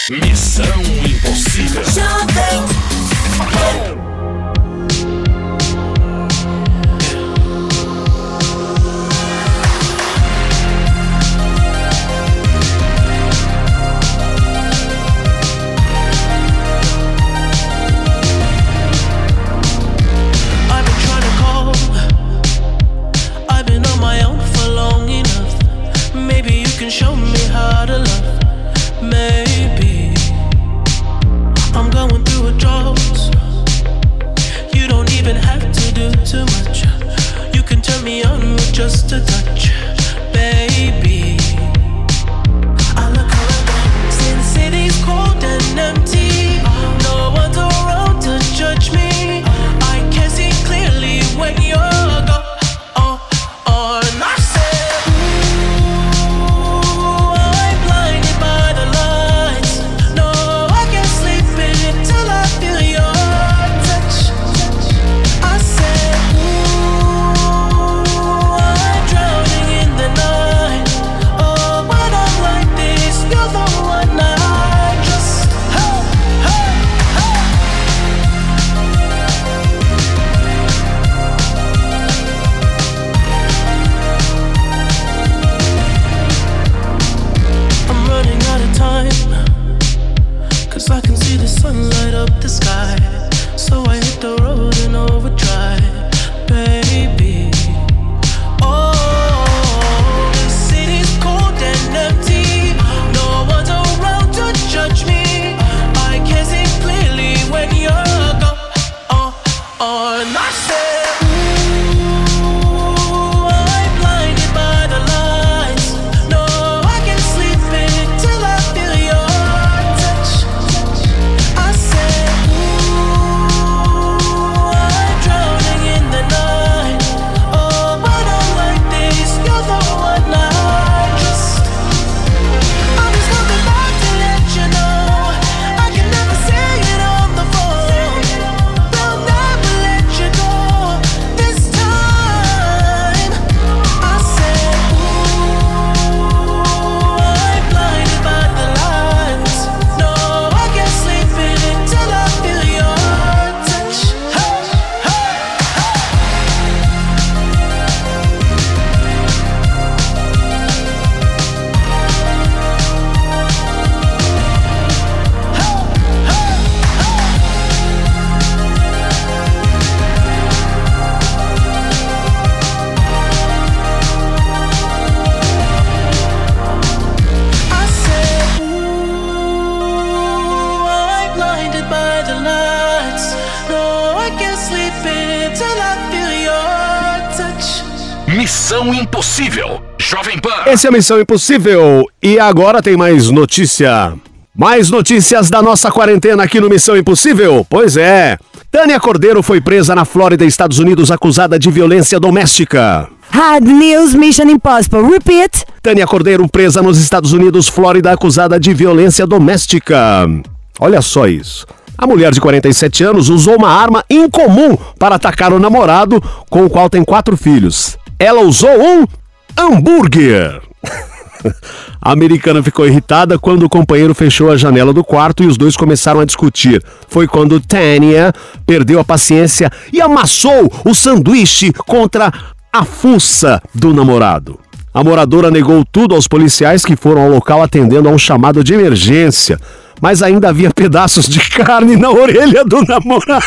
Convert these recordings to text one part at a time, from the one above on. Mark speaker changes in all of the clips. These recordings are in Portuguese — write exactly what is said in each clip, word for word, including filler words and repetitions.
Speaker 1: Missão Impossível.
Speaker 2: Show me how to love. Maybe I'm going through a drought. You don't even have to do too much. You can turn me on with just a touch, baby. I look around since city's cold and empty. No one's around to judge me. I can see clearly when you're gone. Oh, oh, and I say
Speaker 1: Missão Impossível, Jovem Pan.
Speaker 3: Esse é a Missão Impossível. E agora tem mais notícia. Mais notícias da nossa quarentena aqui no Missão Impossível. Pois é. Tânia Cordeiro foi presa na Flórida, Estados Unidos, acusada de violência doméstica.
Speaker 4: Hard News Mission Impossible. Repeat.
Speaker 3: Tânia Cordeiro presa nos Estados Unidos, Flórida, acusada de violência doméstica. Olha só isso. A mulher de quarenta e sete anos usou uma arma incomum para atacar o namorado, com o qual tem quatro filhos. Ela usou um hambúrguer. A americana ficou irritada quando o companheiro fechou a janela do quarto e os dois começaram a discutir. Foi quando Tânia perdeu a paciência e amassou o sanduíche contra a fuça do namorado. A moradora negou tudo aos policiais que foram ao local atendendo a um chamado de emergência, mas ainda havia pedaços de carne na orelha do namorado.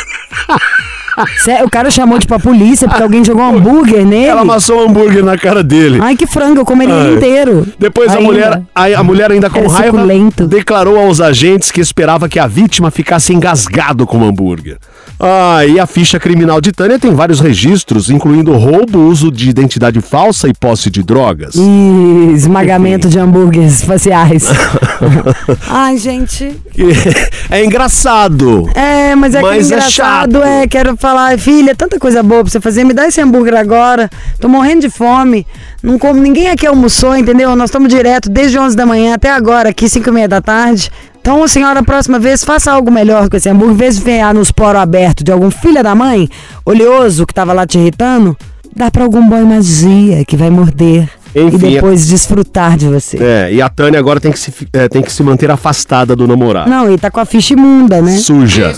Speaker 4: O cara chamou tipo a polícia porque alguém jogou um hambúrguer nele?
Speaker 3: Ela amassou um hambúrguer na cara dele.
Speaker 4: Ai, que frango, eu comeria ele inteiro.
Speaker 3: Depois a mulher, a, a mulher ainda com
Speaker 4: Era
Speaker 3: raiva
Speaker 4: suculento.
Speaker 3: declarou aos agentes que esperava que a vítima ficasse engasgado com o hambúrguer. Ah, e a ficha criminal de Tânia tem vários registros, incluindo roubo, uso de identidade falsa e posse de drogas.
Speaker 4: E esmagamento de hambúrgueres faciais. Ai, gente.
Speaker 3: É engraçado.
Speaker 4: É, mas é
Speaker 3: Mas
Speaker 4: que
Speaker 3: é
Speaker 4: engraçado
Speaker 3: chato.
Speaker 4: é, quero falar, filha, tanta coisa boa pra você fazer, me dá esse hambúrguer agora, tô morrendo de fome, não como, ninguém aqui almoçou, entendeu? Nós estamos direto desde onze da manhã até agora, aqui cinco e meia da tarde. Então, senhora, a próxima vez, faça algo melhor com esse hambúrguer, em vez de enfiar nos poros abertos de algum filho da mãe, oleoso, que tava lá te irritando, dá pra algum boy magia que vai morder
Speaker 3: Enfim,
Speaker 4: e depois desfrutar de você.
Speaker 3: É, e a Tânia agora tem que se, é, tem que se manter afastada do namorado.
Speaker 4: Não, e tá com a ficha imunda, né?
Speaker 3: Suja.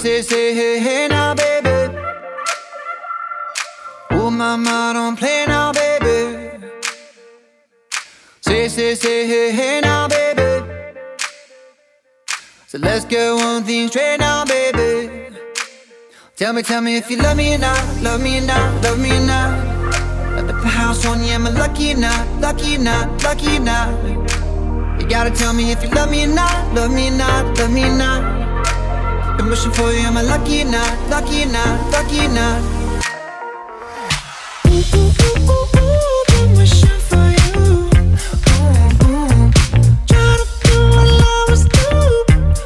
Speaker 5: So let's get one thing straight now, baby. Tell me, tell me if you love me or not, love me or not, love me or not. At the house on you, am I lucky or not, lucky or not, lucky or not? You gotta tell me if you love me or not, love me or not, love me or not. Been wishing for you, am I lucky or not, lucky or not, lucky or not? Ooh, ooh, ooh, ooh, ooh, been wishing for you. Ooh, ooh. Try to do what I was doing.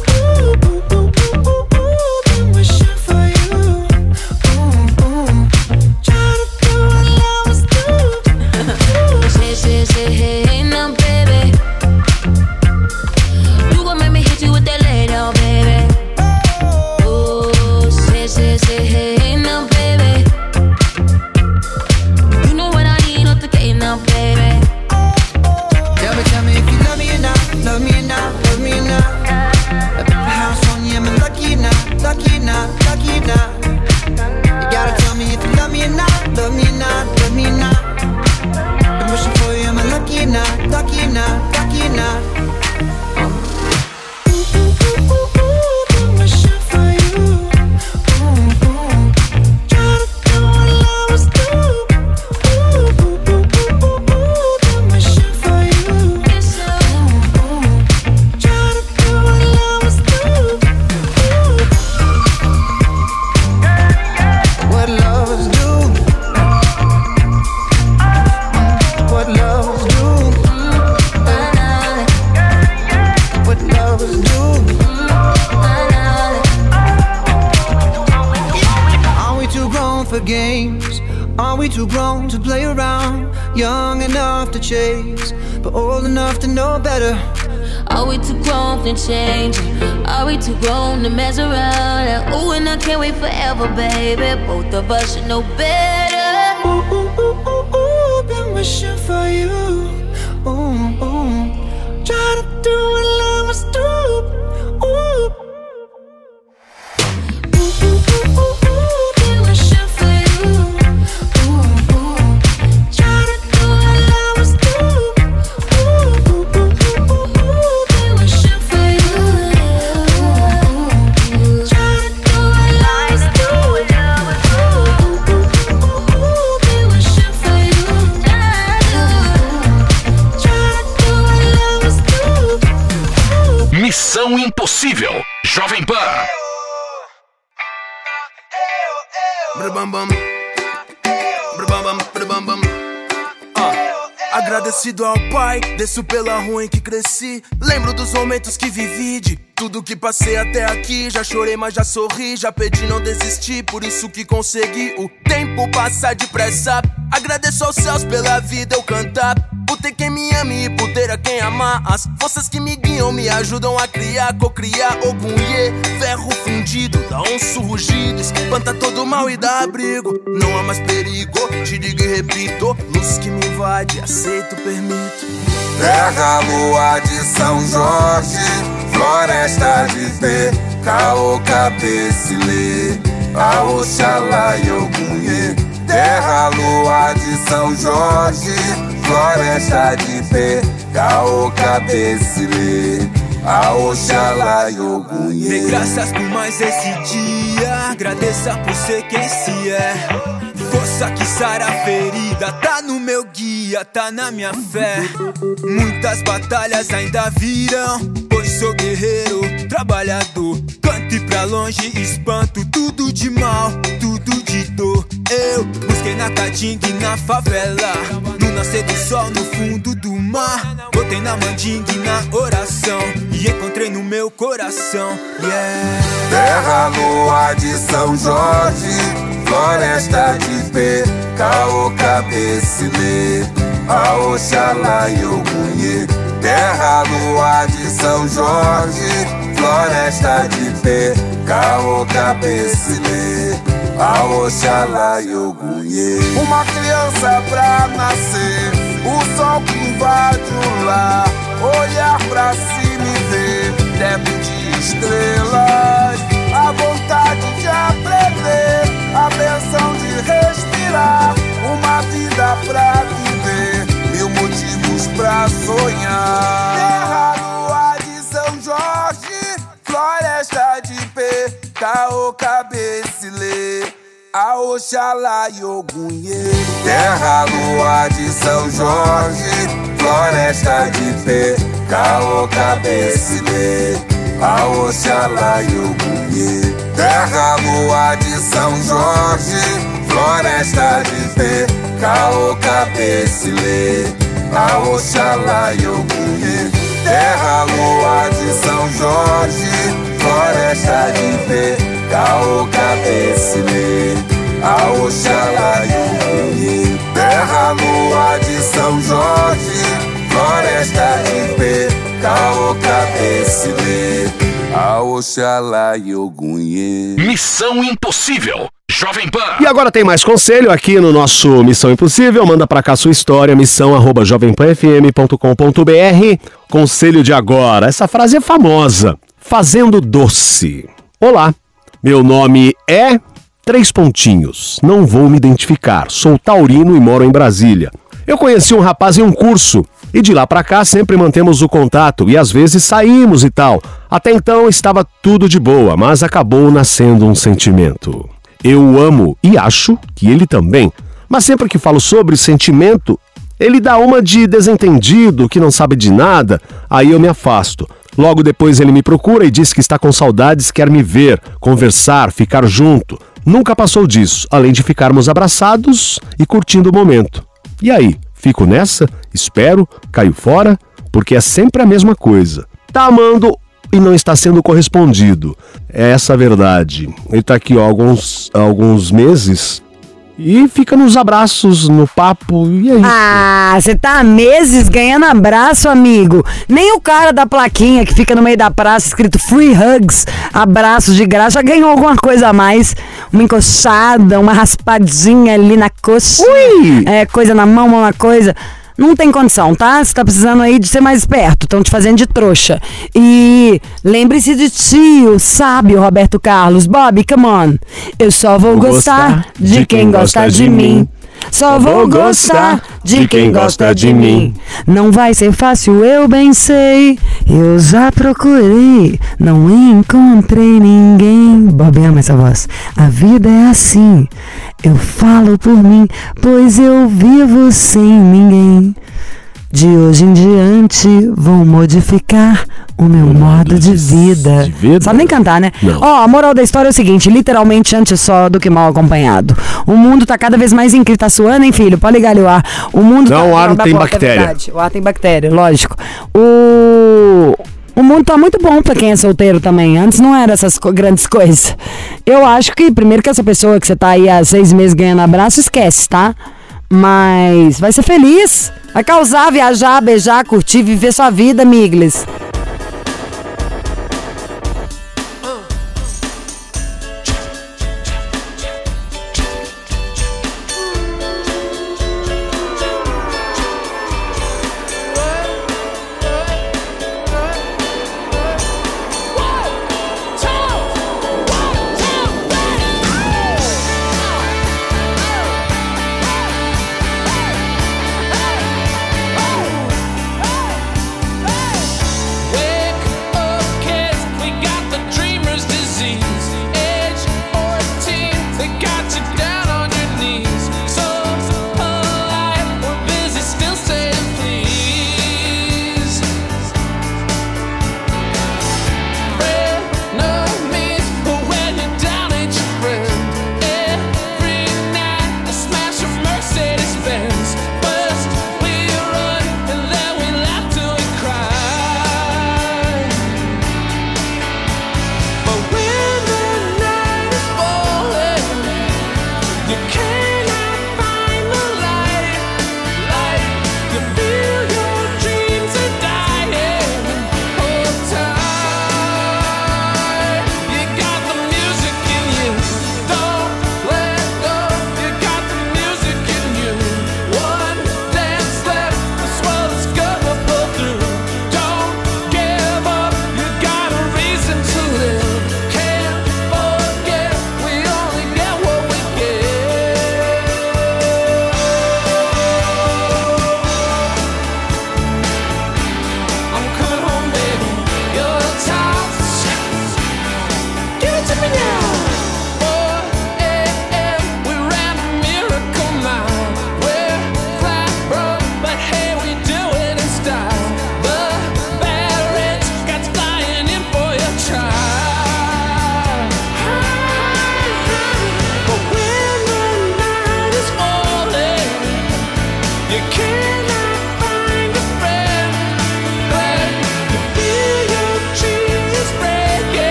Speaker 5: Chase, but old enough to know better.
Speaker 6: Are we too grown to change? Are we too grown to mess around? Ooh, and I can't wait forever, baby. Both of us should know better.
Speaker 5: Ooh, ooh, ooh, ooh, ooh, been wishing for you. Ooh, ooh. Try to do what love was do. Ooh.
Speaker 1: Missão Impossível, Jovem Pan.
Speaker 7: Ah, agradecido ao pai, desço pela rua em que cresci. Lembro dos momentos que vivi, de tudo que passei até aqui. Já chorei, mas já sorri, já pedi, não desisti. Por isso que consegui, o tempo passa depressa. Agradeço aos céus pela vida eu cantar, por ter quem me ame e por ter a quem amar. As forças que me guiam me ajudam a criar, cocriar algum iê. Ferro fundido, dá um surgido, espanta todo mal e dá abrigo. Não há mais perigo, te digo e repito. Luz que me invade, aceito, permito.
Speaker 8: Terra, lua de São Jorge, floresta de P, Caô, Cabecilê, a Oxalá e Ogunhê. Terra, lua de São Jorge, floresta de P, Caô, Cabecilê, a Oxalá e Ogunhê.
Speaker 7: Dê graças por mais esse dia, agradeça por ser quem se é. Força que sara a ferida, tá no meu guia, tá na minha fé. Muitas batalhas ainda virão, pois sou guerreiro, trabalhador. Cante pra longe, espanto tudo de mal, tudo de dor. Eu busquei na Caatinga e na favela, no nascer do sol, no fundo do mar. Botei na mandinga e na oração, e encontrei no meu coração, yeah.
Speaker 8: Terra, lua de São Jorge, floresta de P, Caô, Cabecilê, a Oxalá e Ogunhê. Terra, lua de São Jorge, floresta de P, Caô, Cabecilê, a Oxalá e Ogunhê.
Speaker 9: Uma criança pra nascer,
Speaker 8: O sol que invade o lar, olhar pra cima e ver teto de estrelas. A vontade de aprender, a benção de respirar. Uma vida pra viver, mil motivos pra sonhar. Terra, lua de São Jorge, floresta de pé, caô, cabecilê, a Oxalá e Ogunhê. Terra, lua de São Jorge, floresta de pé, caô, cabecilê, a Oxalá e Ogunhê. Terra, lua de São Jorge, floresta de pé, caô, cabecilê, a Oxalá e Ogunhê. Terra, lua de São Jorge, floresta de pé, caô, cabecilê, a Oxalá e Ogunhê. Terra, lua de São Jorge, floresta de pé, caô, cabecilê, a Oxalá e Ogunhê.
Speaker 1: Missão Impossível, Jovem Pan.
Speaker 3: E agora tem mais conselho aqui no nosso Missão Impossível. Manda pra cá sua história, missão arroba jovem pan f m ponto com ponto b r. Conselho de agora, essa frase é famosa. Fazendo doce. Olá, meu nome é... Três pontinhos. Não vou me identificar. Sou taurino e moro em Brasília. Eu conheci um rapaz em um curso e de lá pra cá sempre mantemos o contato e às vezes saímos e tal. Até então estava tudo de boa, mas acabou nascendo um sentimento. Eu o amo e acho que ele também, mas sempre que falo sobre sentimento, ele dá uma de desentendido, que não sabe de nada, aí eu me afasto. Logo depois ele me procura e diz que está com saudades, quer me ver, conversar, ficar junto. Nunca passou disso, além de ficarmos abraçados e curtindo o momento. E aí, fico nessa? Espero? Caio fora? Porque é sempre a mesma coisa. Tá amando e não está sendo correspondido. É essa a verdade. Ele tá aqui ó, alguns, alguns meses e fica nos abraços, no papo, e é isso.
Speaker 4: Ah, você tá há meses ganhando abraço, amigo. Nem o cara da plaquinha que fica no meio da praça escrito Free Hugs, abraços de graça, já ganhou alguma coisa a mais. Uma encoxada, uma raspadinha ali na coxa.
Speaker 3: Ui!
Speaker 4: É, coisa na mão, mão na coisa. Não tem condição, tá? Você tá precisando aí de ser mais esperto. Estão te fazendo de trouxa. E lembre-se de tio, sábio Roberto Carlos. Bob, come on. Eu só vou, vou gostar, gostar de quem gosta de mim. Só vou gostar de quem gosta de mim. Não vai ser fácil, eu bem sei. Eu já procurei, não encontrei ninguém. Bob, ama essa voz. A vida é assim. Eu falo por mim, pois eu vivo sem ninguém. De hoje em diante vou modificar o meu modo de vida.
Speaker 3: De vida?
Speaker 4: Sabe nem cantar, né?
Speaker 3: Não.
Speaker 4: Ó, a moral da história é o seguinte: literalmente antes só do que mal acompanhado. O mundo tá cada vez mais incrível. Tá suando, hein, filho? Pode ligar ali o ar. O mundo
Speaker 3: não,
Speaker 4: tá...
Speaker 3: o ar não tem
Speaker 4: porta,
Speaker 3: bactéria.
Speaker 4: É o ar tem bactéria, lógico. O... O mundo tá muito bom pra quem é solteiro também. Antes não era essas co- grandes coisas. Eu acho que, primeiro que essa pessoa que você tá aí há seis meses ganhando abraço, esquece, tá? Mas vai ser feliz. Vai causar, viajar, beijar, curtir, viver sua vida, miglis.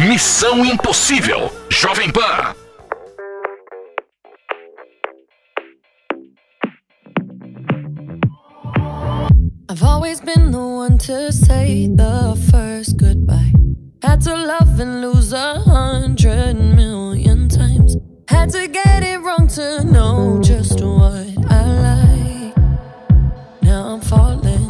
Speaker 1: Missão Impossível, Jovem Pan.
Speaker 9: I've always been the one to say the first goodbye. Had to love and lose a hundred million times. Had to get it wrong to know just what I like. Now I'm falling.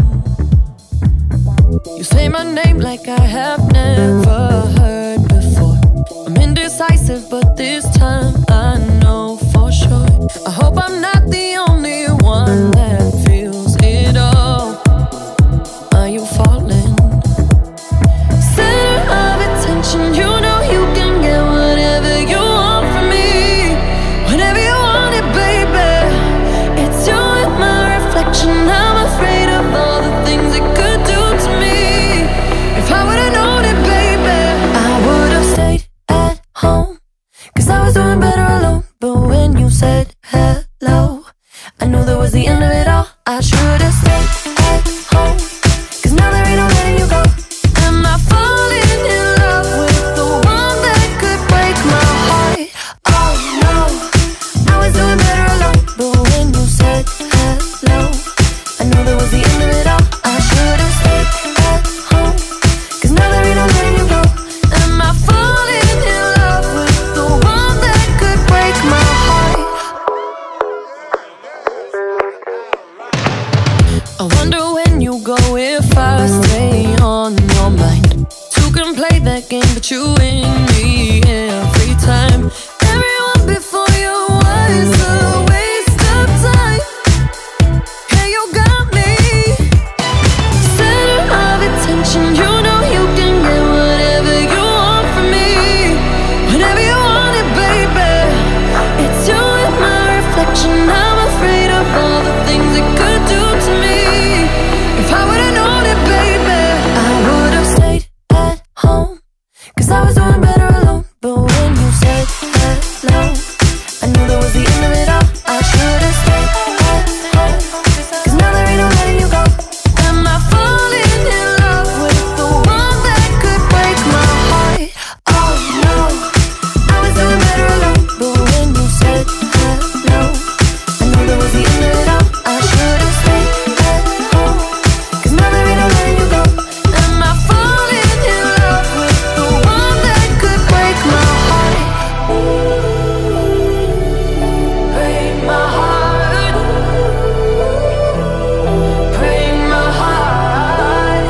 Speaker 9: You say my name like I have never heard before. I'm indecisive, but this time I know for sure. I hope I'm not the only one that feels it all. Are you falling? Center of attention, you know you can get whatever you want from me. Whenever you want it, baby. It's you and my reflection. I'm afraid of all the things it could do to me. If I would've known it, baby, I would've stayed at home. Cause I was doing better alone. But when you said hello, I knew that was the end of it all. I should've stayed at home. Cause now there ain't no letting you go. Am I falling in love with the one that could break my heart? Oh no, I was doing better alone. But when you said hello, I knew that was the end of it all. I should've stayed at home. Cause now there ain't no letting you go. Am I falling in love with the one that could break my heart? I wonder when you go if I stay on your mind. Two can play that game, but you win me every time. Everyone before you was a waste of time. Yeah, you got me. Center of attention, you know you can get whatever you want from me. Whenever you want it, baby. It's you and my reflection. I'm afraid of all the things it could do to me. If I would've known it, baby, I would've stayed at home. Cause I was doing better alone. But when you said hello, I knew that was the end of it all. I should've stayed at home. Cause now there ain't no letting you go. Am I falling in love with the one that could break my heart? Oh no, I was doing better alone. But when you said hello, I knew that was the end of it all. I should've stayed at home. Cause now there ain't no letting you go. Am I falling in love with the one that could break my heart? Break my heart. Break my heart.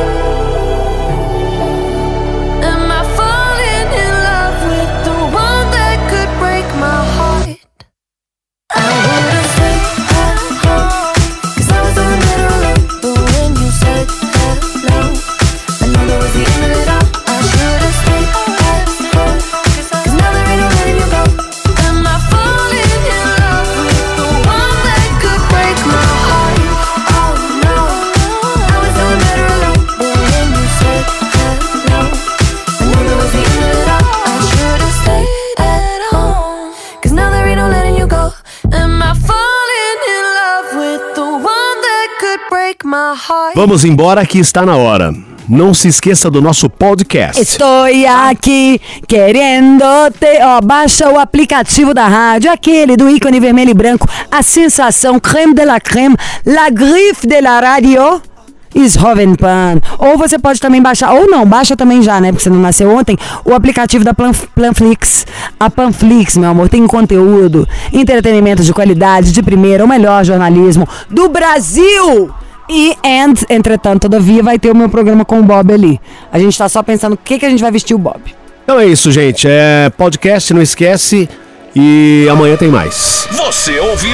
Speaker 9: Am I falling in love with the one that could break my heart? I would've stayed at home. Cause I was doing better alone. But when you said hello, I knew that was the end of it all. I should've stayed at home. Cause now there ain't no letting you go. Am I falling in love with the one that could break my heart? Oh no, I was doing better alone. But when you said hello, I knew that was the end of it all. I should've stayed at home. Cause now there ain't no letting you go. Am I falling in love with the one that could break my heart?
Speaker 3: Vamos embora que está na hora. Não se esqueça do nosso podcast.
Speaker 4: Estou aqui querendo-te. Ó, baixa o aplicativo da rádio, aquele do ícone vermelho e branco, a sensação creme de la creme, la griffe de la radio. Is Jovem Pan. Ou você pode também baixar, ou não, baixa também já, né? Porque você não nasceu ontem. O aplicativo da Plan, Planflix. A Panflix, meu amor, tem conteúdo, entretenimento de qualidade, de primeira, o melhor jornalismo do Brasil. E, and, entretanto, todavia, vai ter o meu programa com o Bob ali. A gente tá só pensando o que, que a gente vai vestir o Bob.
Speaker 3: Então é isso, gente. É podcast, não esquece. E amanhã tem mais.
Speaker 1: Você ouviu?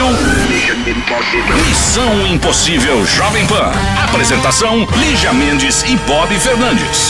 Speaker 1: Missão Impossível Jovem Pan. Apresentação: Lígia Mendes e Bob Fernandes.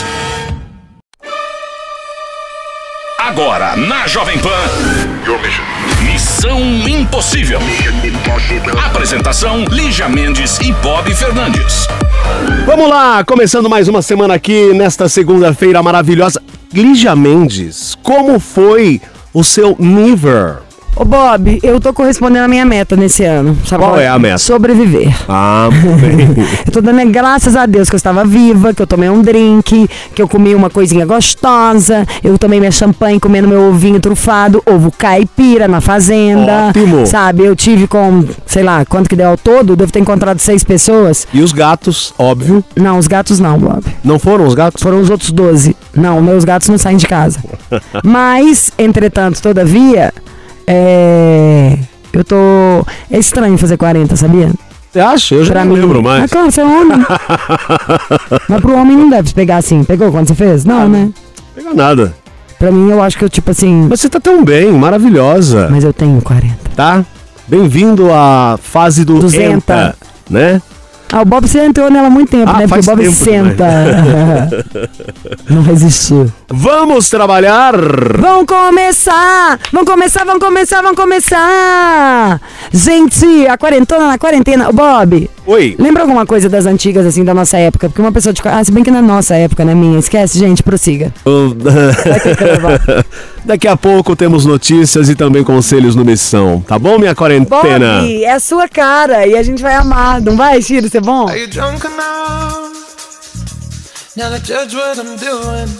Speaker 1: Agora na Jovem Pan. Missão Impossível. Apresentação: Lígia Mendes e Bob Fernandes.
Speaker 3: Vamos lá, começando mais uma semana aqui nesta segunda-feira maravilhosa. Lígia Mendes, como foi o seu Never?
Speaker 4: Ô Bob, eu tô correspondendo à minha meta nesse ano. Sabe
Speaker 3: Qual é a meta?
Speaker 4: Sobreviver.
Speaker 3: Ah, muito bem.
Speaker 4: Eu tô dando graças a Deus que eu estava viva, que eu tomei um drink, que eu comi uma coisinha gostosa, eu tomei minha champanhe comendo meu ovinho trufado, ovo caipira na fazenda.
Speaker 3: Ótimo.
Speaker 4: Sabe, eu tive com, sei lá, quanto que deu ao todo, devo ter encontrado seis pessoas.
Speaker 3: E os gatos, óbvio.
Speaker 4: Não, os gatos não, Bob.
Speaker 3: Não foram os gatos?
Speaker 4: Foram os outros doze. Não, meus gatos não saem de casa. Mas, entretanto, todavia, é... eu tô... É estranho fazer quarenta, sabia?
Speaker 3: Você acha? Eu já
Speaker 4: Pra
Speaker 3: não
Speaker 4: mim...
Speaker 3: lembro mais.
Speaker 4: Ah, claro, você é homem. Mas pro homem não deve pegar assim. Pegou quando você fez? Não,
Speaker 3: Ah,
Speaker 4: né?
Speaker 3: Não pega nada.
Speaker 4: Pra mim, eu acho que eu, tipo assim...
Speaker 3: Mas você tá tão bem, maravilhosa.
Speaker 4: Mas eu tenho quarenta.
Speaker 3: Tá? Bem-vindo à fase do
Speaker 4: Duzenta.
Speaker 3: Enta, né?
Speaker 4: Ah, o Bob você entrou nela há muito tempo,
Speaker 3: Ah,
Speaker 4: né? Porque
Speaker 3: faz
Speaker 4: o Bob
Speaker 3: tempo
Speaker 4: senta. Não resistiu.
Speaker 3: Vamos trabalhar!
Speaker 4: Vão começar! Vão começar, vão começar, vão começar! Gente, a quarentona na quarentena. Ô, Bob,
Speaker 3: Oi.
Speaker 4: lembra alguma coisa das antigas, assim, da nossa época? Porque uma pessoa de... Ah, se bem que na nossa época, né, minha? Esquece, gente, prossiga. Vai ter que levar.
Speaker 3: Daqui a pouco temos notícias e também conselhos no Missão. Tá bom, minha quarentena?
Speaker 4: Bob, é a sua cara e a gente vai amar. Não vai, Chiro? Isso é bom?
Speaker 2: Are you drunk enough now to judge what I'm doing?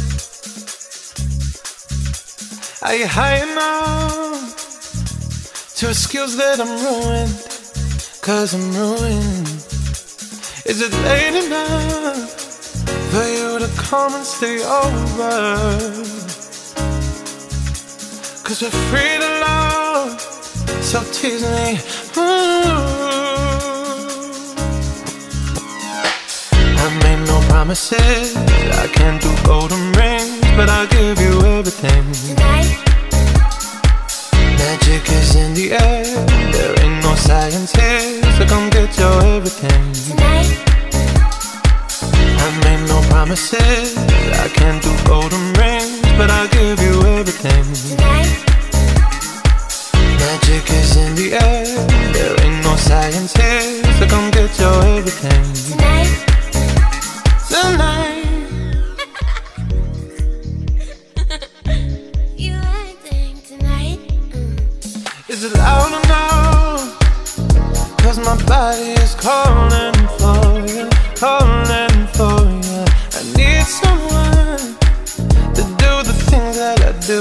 Speaker 2: Are you high enough to excuse that I'm ruined? Cause I'm ruined. Is it late enough for you to come and stay over? Cause we're free to love, so tease me. Ooh. I made no promises, I can't do golden rings, but I'll give you everything. Tonight. Magic is in the air, there ain't no science here, so come get your everything. Tonight. I made no promises, I can't do golden rings, but I'll give you everything. Tonight. Magic is in the air, there ain't no science here, so come get your everything. Tonight. Tonight. You acting tonight. Mm. Is it loud enough? Cause my body is calling for you, calling for you. I need someone to do the things that I do.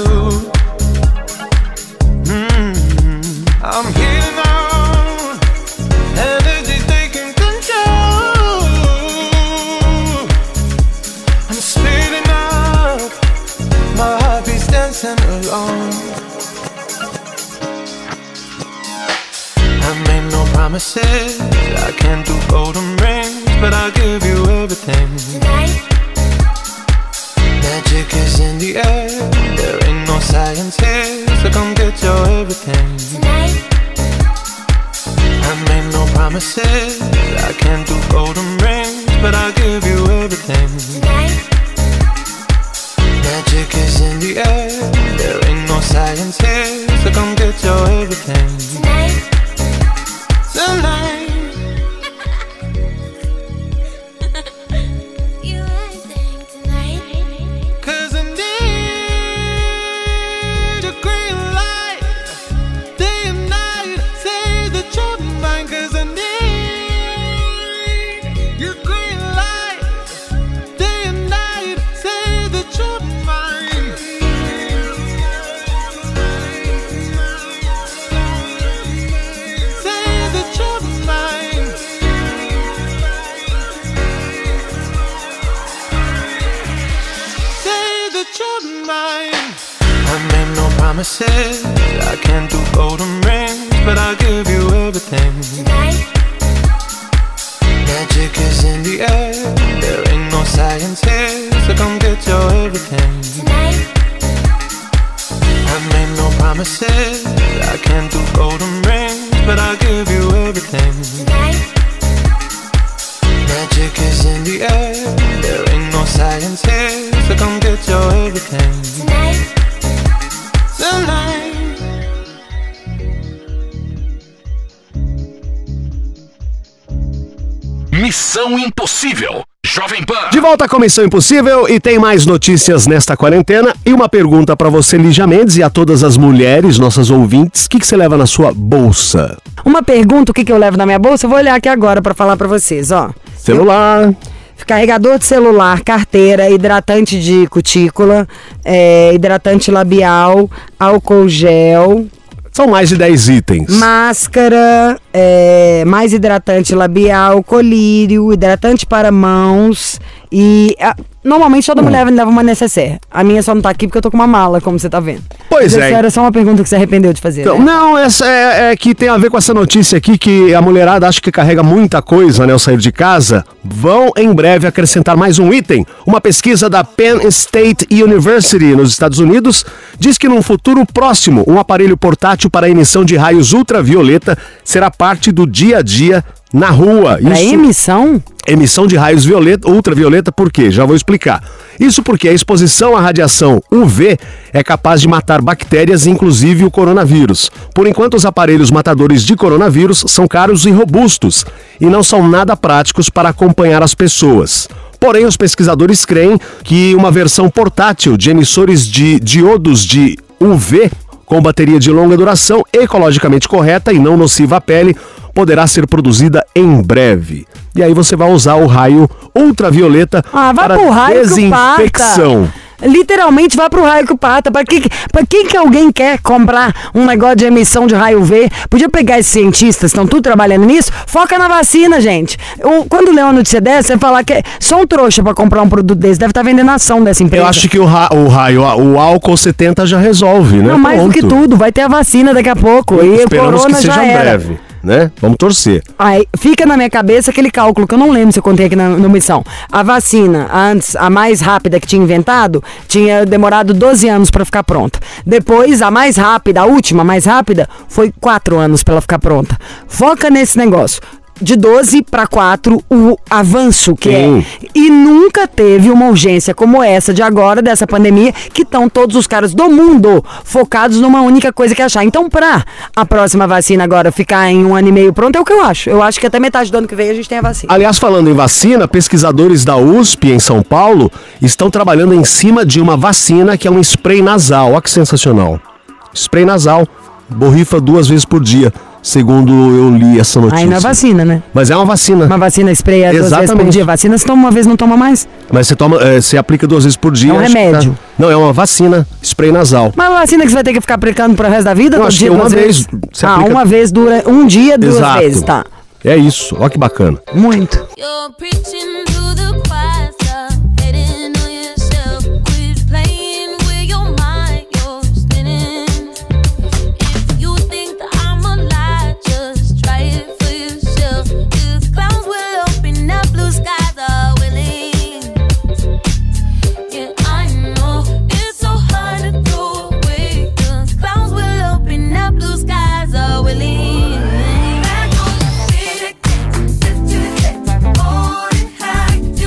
Speaker 2: Mm-hmm. I'm healing on, energy's taking control. I'm speeding up, my heartbeat's dancing along. I made no promises, I can't do golden rings, but I'll give you everything. Tonight. Magic is in the air, there ain't no science here, so come get your everything. Tonight. I made no promises, I can't do golden rings, but I'll give you everything. Tonight. Magic is in the air, there ain't no science here, so come get your everything. Tonight. Tonight. You acting tonight. Cause I need your green light, day and night, say that you're mine. Cause I need your green light, day and night, say that you're mine. Say that you're mine. Say that you're mine. I made no promises, I can't do golden rings, but I'll give you everything. Tonight. Magic is in the air, there ain't no science here, so come get your everything. Tonight. I made no promises, I can't do golden rings, but I'll give you everything. Tonight. Magic is in the air, there ain't no science here, so come get your everything. Tonight. Tonight.
Speaker 1: Missão Impossível. Jovem Pan.
Speaker 3: De volta com Missão Impossível e tem mais notícias nesta quarentena. E uma pergunta pra você, Lígia Mendes, e a todas as mulheres, nossas ouvintes. O que, que você leva na sua bolsa?
Speaker 4: Uma pergunta, o que, que eu levo na minha bolsa? Eu vou olhar aqui agora pra falar pra vocês, ó.
Speaker 3: Celular.
Speaker 4: Eu... Carregador de celular, carteira, hidratante de cutícula, é, hidratante labial, álcool gel...
Speaker 3: São mais de dez itens.
Speaker 4: Máscara, é, mais hidratante labial, colírio, hidratante para mãos e... A, normalmente toda hum. mulher leva uma necessaire. A minha só não tá aqui porque eu tô com uma mala, como você tá vendo.
Speaker 3: Pois
Speaker 4: Mas
Speaker 3: é.
Speaker 4: Essa era só uma pergunta que você arrependeu de fazer,
Speaker 3: então,
Speaker 4: né?
Speaker 3: Não, essa é, é que tem a ver com essa notícia aqui que a mulherada acha que carrega muita coisa, né, ao sair de casa. Vão em breve acrescentar mais um item. Uma pesquisa da Penn State University nos Estados Unidos diz que num futuro próximo, um aparelho portátil para emissão de raios ultravioleta será parte do dia a dia na rua.
Speaker 4: Para
Speaker 3: Isso...
Speaker 4: emissão?
Speaker 3: Emissão de raios violeta, ultravioleta, por quê? Já vou explicar. Isso porque a exposição à radiação U V é capaz de matar bactérias, inclusive o coronavírus. Por enquanto, os aparelhos matadores de coronavírus são caros e robustos e não são nada práticos para acompanhar as pessoas. Porém, os pesquisadores creem que uma versão portátil de emissores de diodos de U V com bateria de longa duração, ecologicamente correta e não nociva à pele, poderá ser produzida em breve. E aí você vai usar o raio ultravioleta
Speaker 4: ah, vai
Speaker 3: para
Speaker 4: pro raio
Speaker 3: desinfecção.
Speaker 4: Literalmente vai pro raio que pata. Pra que, pra que que alguém quer comprar um negócio de emissão de raio U V? Podia pegar esses cientistas, estão tudo trabalhando nisso, foca na vacina, gente. Eu, quando lê uma notícia dessa, você falar que é só um trouxa pra comprar um produto desse, deve estar vendendo a ação dessa empresa.
Speaker 3: Eu acho que o, ra o raio, o álcool setenta já resolve, né?
Speaker 4: Não, mais
Speaker 3: Pronto.
Speaker 4: do que tudo, vai ter a vacina daqui a pouco. E o corona
Speaker 3: que seja
Speaker 4: já era.
Speaker 3: breve. Né? Vamos torcer.
Speaker 4: Aí, fica na minha cabeça aquele cálculo que eu não lembro se eu contei aqui na, na missão. A vacina, antes, a mais rápida que tinha inventado, tinha demorado doze anos pra ficar pronta. Depois, a mais rápida, a última, a mais rápida, foi quatro anos pra ela ficar pronta. Foca nesse negócio. De doze para quatro, o avanço que Sim. é. E nunca teve uma urgência como essa de agora, dessa pandemia, que estão todos os caras do mundo focados numa única coisa que é achar. Então, pra a próxima vacina agora ficar em um ano e meio pronto, é o que eu acho. Eu acho que até metade do ano que vem a gente tem a vacina.
Speaker 3: Aliás, falando em vacina, pesquisadores da U S P em São Paulo estão trabalhando em cima de uma vacina que é um spray nasal. Olha que sensacional. Spray nasal. Borrifa duas vezes por dia. Segundo eu li essa notícia.
Speaker 4: Aí não é vacina, né?
Speaker 3: Mas é uma vacina.
Speaker 4: Uma vacina spray é duas vezes por dia. Vacina você toma uma vez, não toma mais.
Speaker 3: Mas você toma, é, você aplica duas vezes por dia.
Speaker 4: É um remédio.
Speaker 3: Tá... Não, é uma vacina, spray nasal.
Speaker 4: Mas uma vacina que você vai ter que ficar aplicando pro resto da vida?
Speaker 3: Eu acho que uma vez.
Speaker 4: Você ah, aplica... uma vez dura um dia, duas
Speaker 3: Exato.
Speaker 4: vezes, tá?
Speaker 3: É isso, olha que bacana.
Speaker 4: Muito.
Speaker 9: You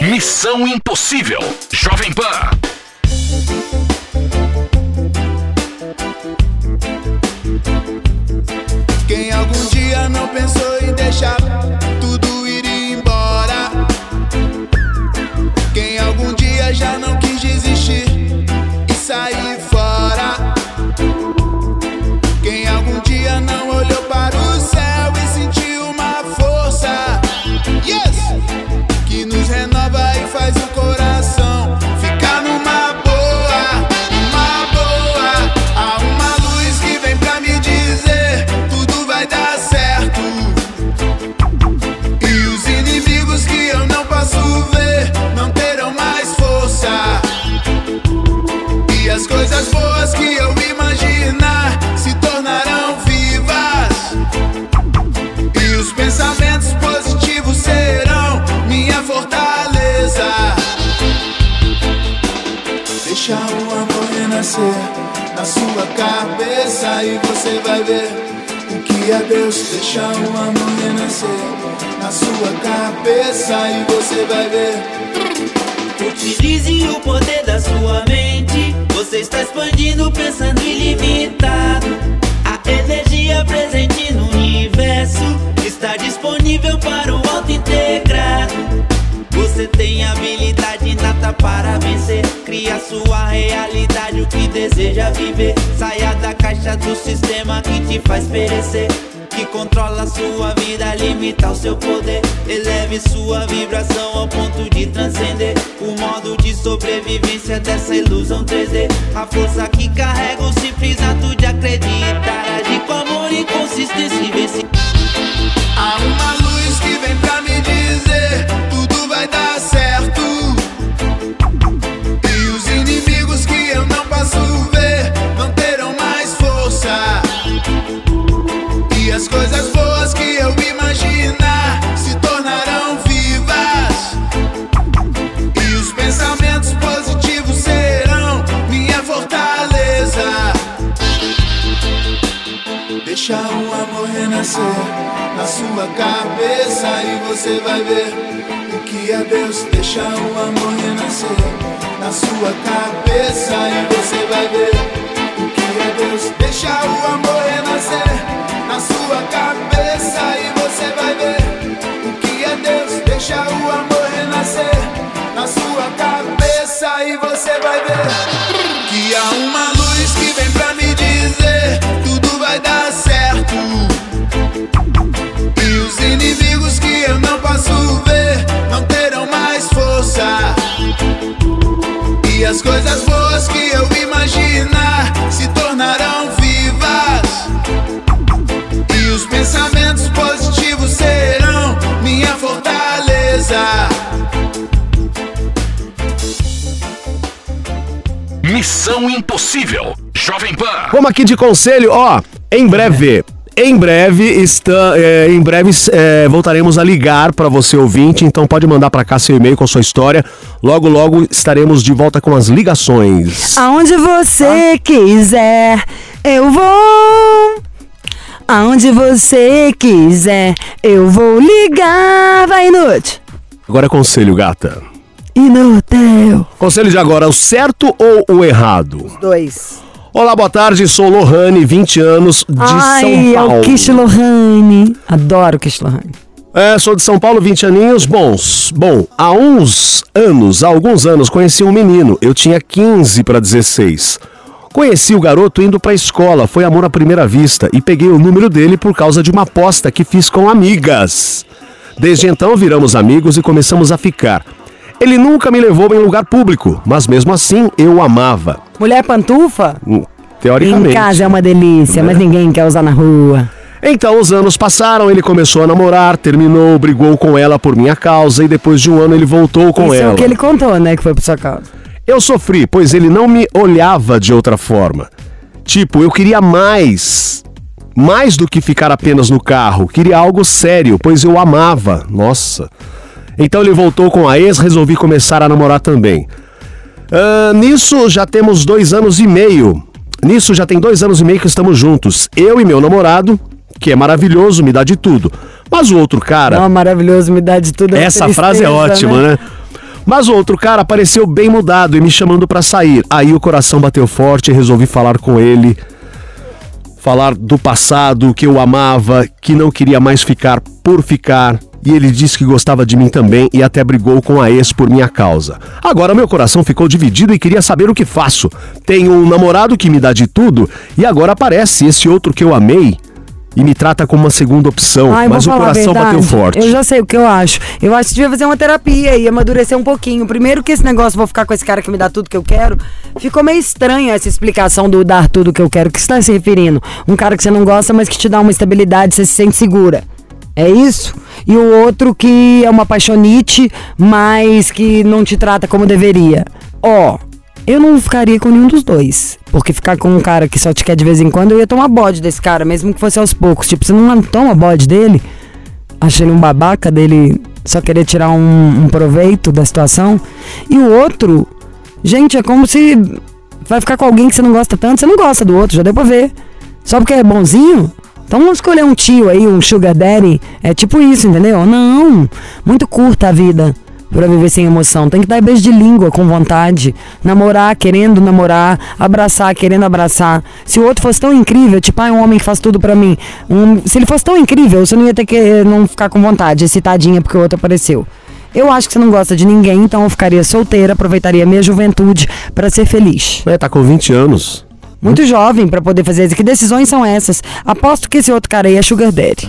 Speaker 1: Missão Impossível. Jovem Pan.
Speaker 8: Quem algum dia não pensou em deixar tudo ir embora? Quem algum dia já não quis desistir e sair fora? Quem algum dia não olhou para o céu e sentiu uma força, yes, que nos renova e faz o coração ficar numa boa, uma boa. Há uma luz que vem pra me dizer tudo vai dar certo. E os inimigos que eu não posso ver não terão mais força. E as coisas boas que eu imaginar se tornarão vivas. E os pensamentos positivos serão minha fortaleza. Deixa o amor renascer na sua cabeça e você vai ver o que é Deus. Deixa o amor renascer na sua cabeça e você vai ver.
Speaker 10: Utilize o poder da sua mente. Você está expandindo, pensando ilimitado. A energia presente no universo está disponível para o auto-integrado. Você tem habilidade inata para vencer. Cria sua realidade, o que deseja viver. Saia da caixa do sistema que te faz perecer, que controla sua vida, limita o seu poder. Eleve sua vibração ao ponto de transcender o modo de sobrevivência dessa ilusão três D. A força que carrega o simples ato de acreditar. Agir com amor e consistência e vencer.
Speaker 8: Há uma luz que vem pra me dizer tudo vai dar certo. E os inimigos que eu não posso ver não terão mais força. E as coisas boas que eu imaginar se tornarão vivas. E os pensamentos positivos serão minha fortaleza. Deixa o amor renascer na sua cabeça e você vai ver o que é Deus. Deixa o amor renascer na sua cabeça e você vai ver o que é Deus. Deixa o amor renascer na sua cabeça e você vai ver o que é Deus. Deixa o amor renascer na sua cabeça e você vai ver que há uma luz que vem pra me dizer tudo vai dar certo. E os inimigos que eu não posso ver não terão mais força. E as coisas boas que eu imaginar se tornarão vivas. E os pensamentos positivos serão minha fortaleza.
Speaker 1: Missão Impossível. Jovem Pan.
Speaker 3: Como aqui de conselho, ó, em breve, em breve, está, é, em breve é, voltaremos a ligar para você ouvinte, então pode mandar para cá seu e-mail com a sua história. Logo, logo estaremos de volta com as ligações.
Speaker 4: Aonde você ah. quiser, eu vou. Aonde você quiser, eu vou ligar. Vai, Inútil.
Speaker 3: Agora é conselho, gata.
Speaker 4: Inútil.
Speaker 3: Conselho de agora, o certo ou o errado?
Speaker 4: Os dois.
Speaker 3: Olá, boa tarde, sou Lohane, vinte anos, de
Speaker 4: Ai,
Speaker 3: São Paulo.
Speaker 4: Ai, é o Kish Lohane. Adoro o Kish Lohane.
Speaker 3: É, sou de São Paulo, vinte aninhos, bons. Bom, há uns anos, há alguns anos, conheci um menino. Eu tinha quinze para dezesseis. Conheci o garoto indo pra escola, foi amor à primeira vista e peguei o número dele por causa de uma aposta que fiz com amigas. Desde então viramos amigos e começamos a ficar. Ele nunca me levou em lugar público, mas mesmo assim eu o amava.
Speaker 4: Mulher pantufa?
Speaker 3: Teoricamente.
Speaker 4: Em casa é uma delícia, né? Mas ninguém quer usar na rua.
Speaker 3: Então os anos passaram, ele começou a namorar, terminou, brigou com ela por minha causa e depois de um ano ele voltou com
Speaker 4: Isso
Speaker 3: ela.
Speaker 4: é o que ele contou, né, que foi por sua causa.
Speaker 3: Eu sofri, pois ele não me olhava de outra forma. Tipo, eu queria mais. Mais do que ficar apenas no carro. Queria algo sério, pois eu o amava. Nossa. Então ele voltou com a ex, resolvi começar a namorar também. Uh, nisso já temos dois anos e meio. Nisso já tem dois anos e meio que estamos juntos. Eu e meu namorado, que é maravilhoso, me dá de tudo. Mas o outro cara...
Speaker 4: Não, maravilhoso, me dá de tudo.
Speaker 3: Essa frase é ótima, né? Mas o outro cara apareceu bem mudado e me chamando pra sair. Aí o coração bateu forte e resolvi falar com ele. Falar do passado, que eu amava, que não queria mais ficar por ficar. E ele disse que gostava de mim também e até brigou com a ex por minha causa. Agora meu coração ficou dividido e queria saber o que faço. Tenho um namorado que me dá de tudo e agora aparece esse outro que eu amei e me trata como uma segunda opção.
Speaker 4: Ai,
Speaker 3: mas o coração bateu forte.
Speaker 4: Eu já sei o que eu acho. Eu acho que devia fazer uma terapia e amadurecer um pouquinho. Primeiro que esse negócio, vou ficar com esse cara que me dá tudo que eu quero. Ficou meio estranha essa explicação do dar tudo que eu quero. O que você está se referindo? Um cara que você não gosta, mas que te dá uma estabilidade, você se sente segura. É isso? E o outro que é uma paixonite, mas que não te trata como deveria. Ó, eu não ficaria com nenhum dos dois. Porque ficar com um cara que só te quer de vez em quando, eu ia tomar bode desse cara, mesmo que fosse aos poucos. Tipo, você não toma bode dele, acha ele um babaca dele, só querer tirar um, um proveito da situação. E o outro, gente, é como se vai ficar com alguém que você não gosta tanto. Você não gosta do outro, já deu pra ver. Só porque é bonzinho? Então vamos escolher um tio aí, um sugar daddy. É tipo isso, entendeu? Não, muito curta a vida pra viver sem emoção. Tem que dar beijo de língua com vontade. Namorar, querendo namorar. Abraçar, querendo abraçar. Se o outro fosse tão incrível, tipo, ah, um homem que faz tudo pra mim. Um, se ele fosse tão incrível, você não ia ter que não ficar com vontade, excitadinha porque o outro apareceu. Eu acho que você não gosta de ninguém, então eu ficaria solteira, aproveitaria minha juventude pra ser feliz.
Speaker 3: É, tá com vinte anos.
Speaker 4: Muito jovem pra poder fazer isso. Que decisões são essas? Aposto que esse outro cara aí é sugar daddy.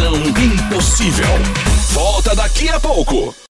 Speaker 1: Missão impossível. Volta daqui a pouco.